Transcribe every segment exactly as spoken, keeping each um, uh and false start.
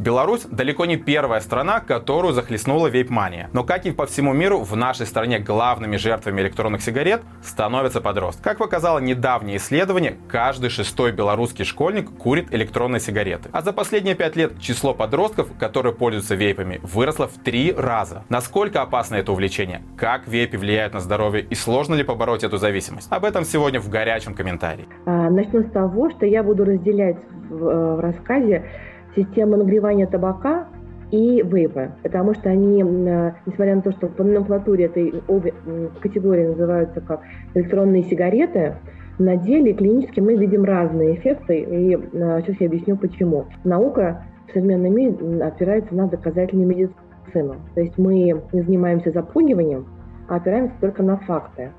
Беларусь далеко не первая страна, которую захлестнула вейп-мания. Но, как и по всему миру, в нашей стране главными жертвами электронных сигарет становятся подростки. Как показало недавнее исследование, каждый шестой белорусский школьник курит электронные сигареты. А за последние пять лет число подростков, которые пользуются вейпами, выросло в три раза. Насколько опасно это увлечение? Как вейпы влияют на здоровье и сложно ли побороть эту зависимость? Об этом сегодня в горячем комментарии. Начну с того, что я буду разделять в, в рассказе систему нагревания табака и вейпы, потому что они, несмотря на то, что по номенклатуре этой обе категории называются как электронные сигареты, на деле клинически мы видим разные эффекты, и сейчас я объясню почему. Наука в современном мире опирается на доказательную медицину, то есть мы не занимаемся запугиванием, а опираемся только на факты.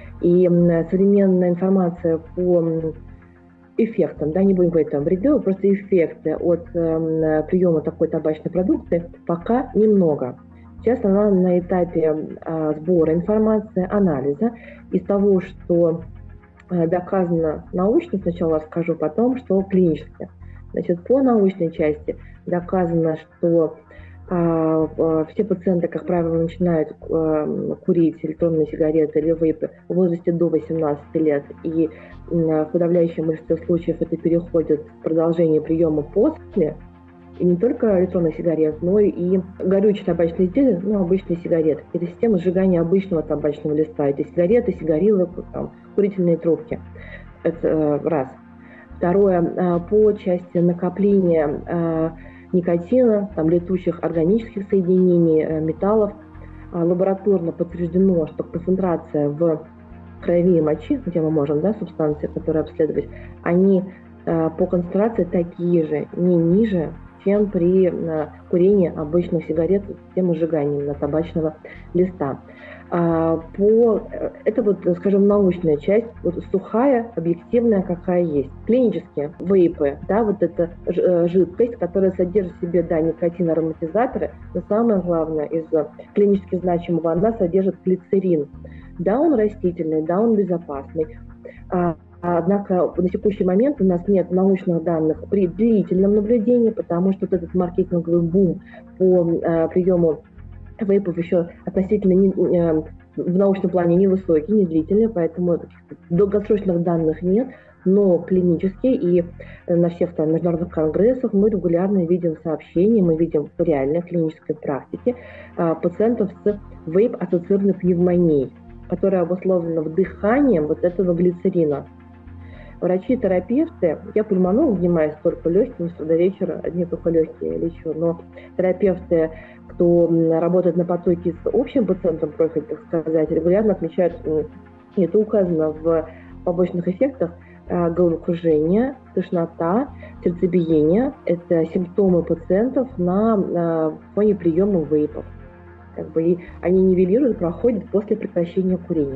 И современная информация по эффектам, да, не будем говорить там вреды, просто эффекты от э, приема такой табачной продукции пока немного. Сейчас она на этапе э, сбора информации, анализа. Из того, что э, доказано научно, сначала скажу, потом, что клинически. Значит, по научной части доказано, что э, э, все пациенты, как правило, начинают э, курить электронные сигареты или вейпы в возрасте до восемнадцати лет, и в подавляющем большинстве случаев это переходит в продолжение приема после, и не только электронных сигарет, но и горючие табачные изделия, ну, обычные сигареты. Это система сжигания обычного табачного листа. Это сигареты, сигарилы, там, курительные трубки. Это э, раз. Второе, э, по части накопления э, никотина, там, летучих органических соединений, э, металлов, э, лабораторно подтверждено, что концентрация в крови и мочи, где мы можем, да, субстанции, которые обследовать, они э, по концентрации такие же, не ниже, чем при э, курении обычных сигарет с системой сжигания табачного листа. А, по, это вот, скажем, научная часть, вот сухая, объективная, какая есть. Клинические вейпы, да, вот эта жидкость, которая содержит в себе, да, никотин, ароматизаторы, но самое главное, из клинически значимого, она содержит глицерин. Да, он растительный, да, он безопасный. А, однако на текущий момент у нас нет научных данных при длительном наблюдении, потому что вот этот маркетинговый бум по а, приему вейпов еще относительно не, а, в научном плане невысокий, не длительный, поэтому долгосрочных данных нет. Но клинически и на всех там международных конгрессах мы регулярно видим сообщения, мы видим в реальной клинической практике а, пациентов с вейп-ассоциированной пневмонией, которая обусловлена вдыханием вот этого глицерина. Врачи-терапевты, я пульмонолог, занимаюсь только легкими, с до вечера одни только легкие лечу, но терапевты, кто работает на потоке с общим пациентом профиль, так сказать, регулярно отмечают, и это указано в побочных эффектах, головокружение, тошнота, сердцебиение. Это симптомы пациентов на фоне приема вейпов. Как бы, и они нивелируют, проходят после прекращения курения.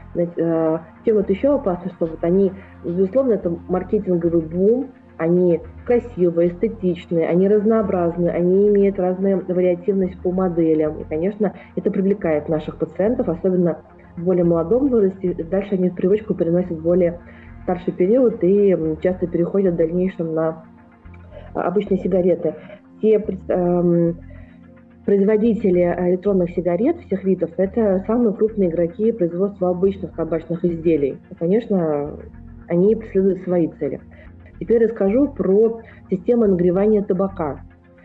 Чем вот еще опасно, что вот они, безусловно, это маркетинговый бум, они красивые, эстетичные, они разнообразные, они имеют разную вариативность по моделям. И, конечно, это привлекает наших пациентов, особенно в более молодом возрасте. Дальше они привычку переносят в более старший период и часто переходят в дальнейшем на обычные сигареты. Те эм, производители электронных сигарет всех видов – это самые крупные игроки производства обычных табачных изделий. И, конечно, они преследуют свои цели. Теперь расскажу про систему нагревания табака.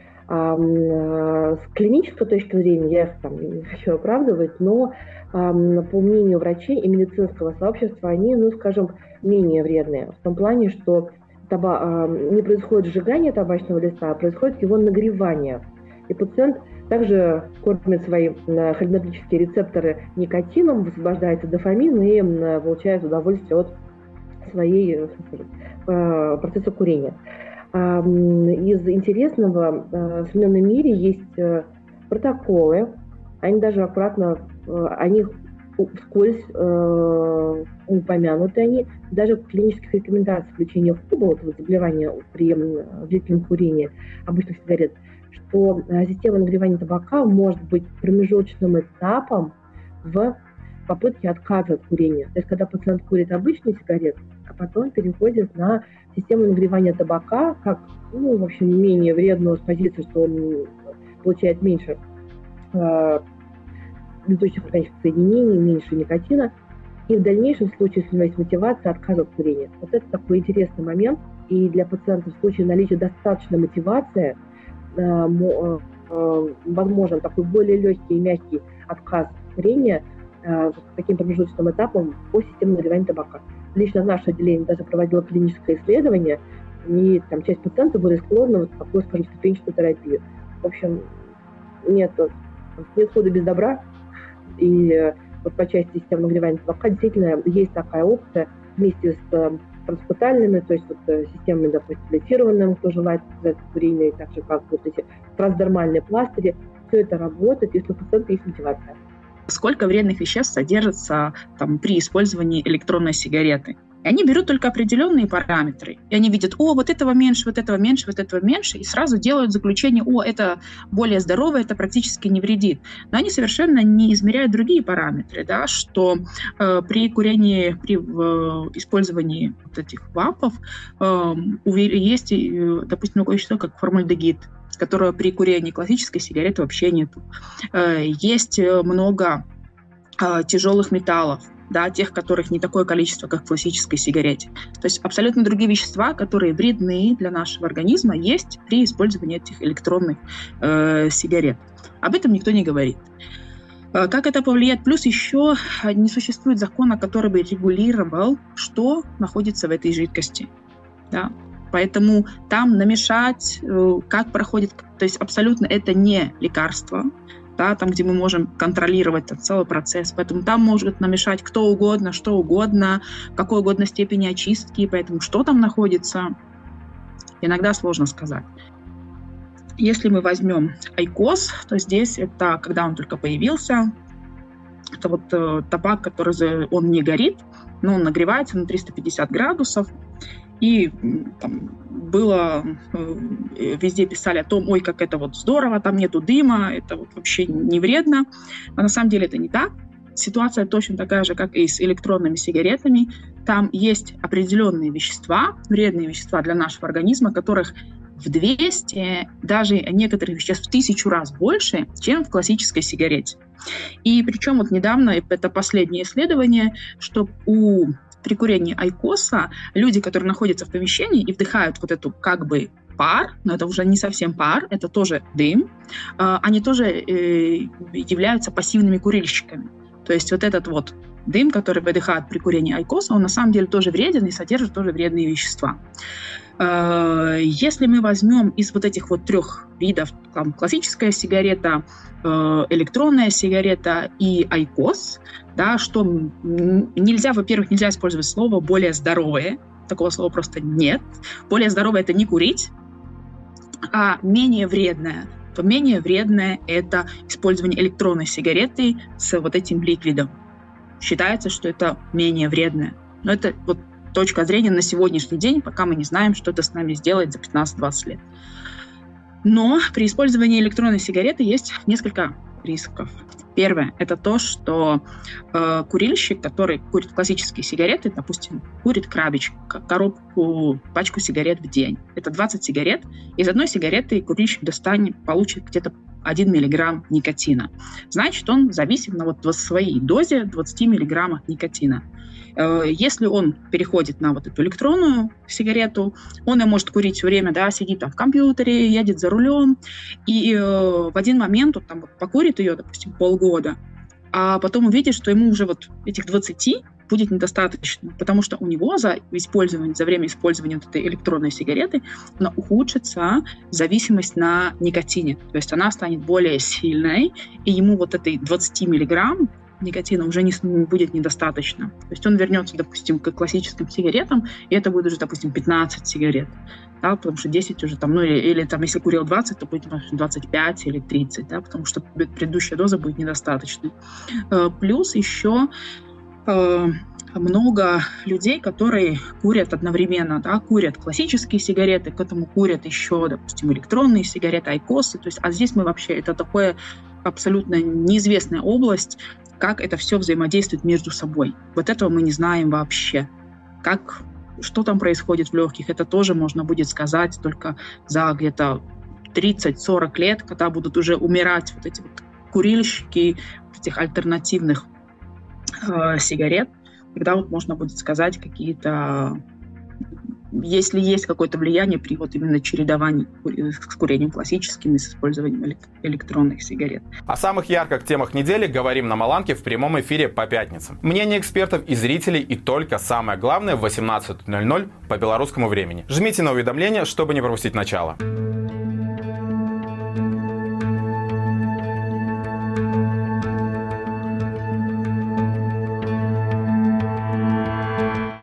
С клинической точки зрения, я их там не хочу оправдывать, но по мнению врачей и медицинского сообщества, они, ну, скажем, менее вредные. В том плане, что таба... не происходит сжигание табачного листа, а происходит его нагревание. И пациент также кормит свои холинергические рецепторы никотином, высвобождается дофамин и получает удовольствие от своей процесса курения. Из интересного в современном мире есть протоколы, они даже аккуратно, они вскользь упомянуты, они даже в клинических рекомендациях лечения ФОБа, вот, заболевания при длительном курении обычных сигарет, что система нагревания табака может быть промежуточным этапом в попытке отказа от курения. То есть, когда пациент курит обычные сигареты, а потом переходит на систему нагревания табака, как, ну, в общем, менее вредную с позиции, что он получает меньше э, летучих органических соединений, меньше никотина, и в дальнейшем в случае, если у него есть мотивация, отказ от курения. Вот это такой интересный момент, и для пациентов в случае наличия достаточной мотивации э, э, э, возможен такой более легкий и мягкий отказ от курения э, с таким промежуточным этапом по системе нагревания табака. Лично наше отделение даже проводило клиническое исследование, и там часть пациентов были склонны вот такую, скажем, клиническую терапию. В общем, нет, нет хода без добра, и вот по части системы нагревания табака действительно есть такая опция вместе с транскутальными, то есть вот системами, допустим, лифированным, кто желает курение, так же как вот эти трансдермальные пластыри, все это работает, если у пациента есть мотивация. Сколько вредных веществ содержится там, при использовании электронной сигареты. И они берут только определенные параметры. И они видят, о, вот этого меньше, вот этого меньше, вот этого меньше, и сразу делают заключение, о, это более здорово, это практически не вредит. Но они совершенно не измеряют другие параметры, да, что э, при курении, при э, использовании вот этих вапов э, есть, э, допустим, такое вещество, как формальдегид, которого при курении классической сигареты вообще нету. Э, есть много э, тяжелых металлов, да, тех, которых не такое количество, как в классической сигарете. То есть абсолютно другие вещества, которые вредны для нашего организма, есть при использовании этих электронных э, сигарет. Об этом никто не говорит. Э, как это повлияет? Плюс еще не существует закона, который бы регулировал, что находится в этой жидкости. Да? Поэтому там намешать, э, как проходит, то есть абсолютно это не лекарство, да, там, где мы можем контролировать этот целый процесс. Поэтому там может намешать кто угодно, что угодно, какой угодно степени очистки, поэтому что там находится, иногда сложно сказать. Если мы возьмем айкос, то здесь это, когда он только появился, это вот э, табак, который он не горит, но он нагревается на триста пятьдесят градусов, и там было, везде писали о том, ой, как это вот здорово, там нету дыма, это вот вообще не вредно. А на самом деле это не так. Ситуация точно такая же, как и с электронными сигаретами. Там есть определенные вещества, вредные вещества для нашего организма, которых в двести, даже некоторых веществ в тысячу раз больше, чем в классической сигарете. И причем вот недавно, это последнее исследование, что у при курении айкоса люди, которые находятся в помещении и вдыхают вот эту как бы пар, но это уже не совсем пар, это тоже дым, они тоже являются пассивными курильщиками. То есть вот этот вот дым, который выдыхают при курении айкоса, он на самом деле тоже вреден и содержит тоже вредные вещества. Если мы возьмем из вот этих вот трех видов, там, классическая сигарета, электронная сигарета и айкос, да, что нельзя, во-первых, нельзя использовать слово «более здоровые», такого слова просто нет. Более здоровое – это не курить, а менее вредное. То менее вредное – это использование электронной сигареты с вот этим ликвидом. Считается, что это менее вредное. Но это вот точка зрения на сегодняшний день, пока мы не знаем, что это с нами сделает за пятнадцать-двадцать лет. Но при использовании электронной сигареты есть несколько рисков. Первое – это то, что э, курильщик, который курит классические сигареты, допустим, курит крабич, коробку, пачку сигарет в день. Это двадцать сигарет. Из одной сигареты курильщик достанет, получит где-то один миллиграмм никотина. Значит, он зависим на вот своей дозе двадцать миллиграммов никотина. Если он переходит на вот эту электронную сигарету, он ее может курить все время, да, сидит там в компьютере, едет за рулем, и э, в один момент он там вот покурит ее, допустим, полгода, а потом увидит, что ему уже вот этих двадцати будет недостаточно, потому что у него за использование, за время использования вот этой электронной сигареты она ухудшится зависимость на никотине, то есть она станет более сильной, и ему вот этой двадцати миллиграмм никотина уже не будет недостаточно. То есть он вернется, допустим, к классическим сигаретам, и это будет уже, допустим, пятнадцать сигарет. Да, потому что десять уже там, ну или, или там, если курил двадцать, то будет двадцать пять или тридцать, да, потому что предыдущая доза будет недостаточной. Плюс еще много людей, которые курят одновременно, да, курят классические сигареты, к этому курят еще, допустим, электронные сигареты, айкосы. То есть, а здесь мы вообще, это такое абсолютно неизвестная область, как это все взаимодействует между собой. Вот этого мы не знаем вообще. Как что там происходит в легких, это тоже можно будет сказать только за где-то тридцать-сорок лет, когда будут уже умирать вот эти вот курильщики этих альтернативных э, сигарет, тогда вот можно будет сказать какие-то, если есть какое-то влияние при вот именно чередовании с курением классическим и с использованием электронных сигарет. О самых ярких темах недели говорим на Маланке в прямом эфире по пятницам. Мнение экспертов и зрителей и только самое главное в восемнадцать ноль ноль по белорусскому времени. Жмите на уведомления, чтобы не пропустить начало.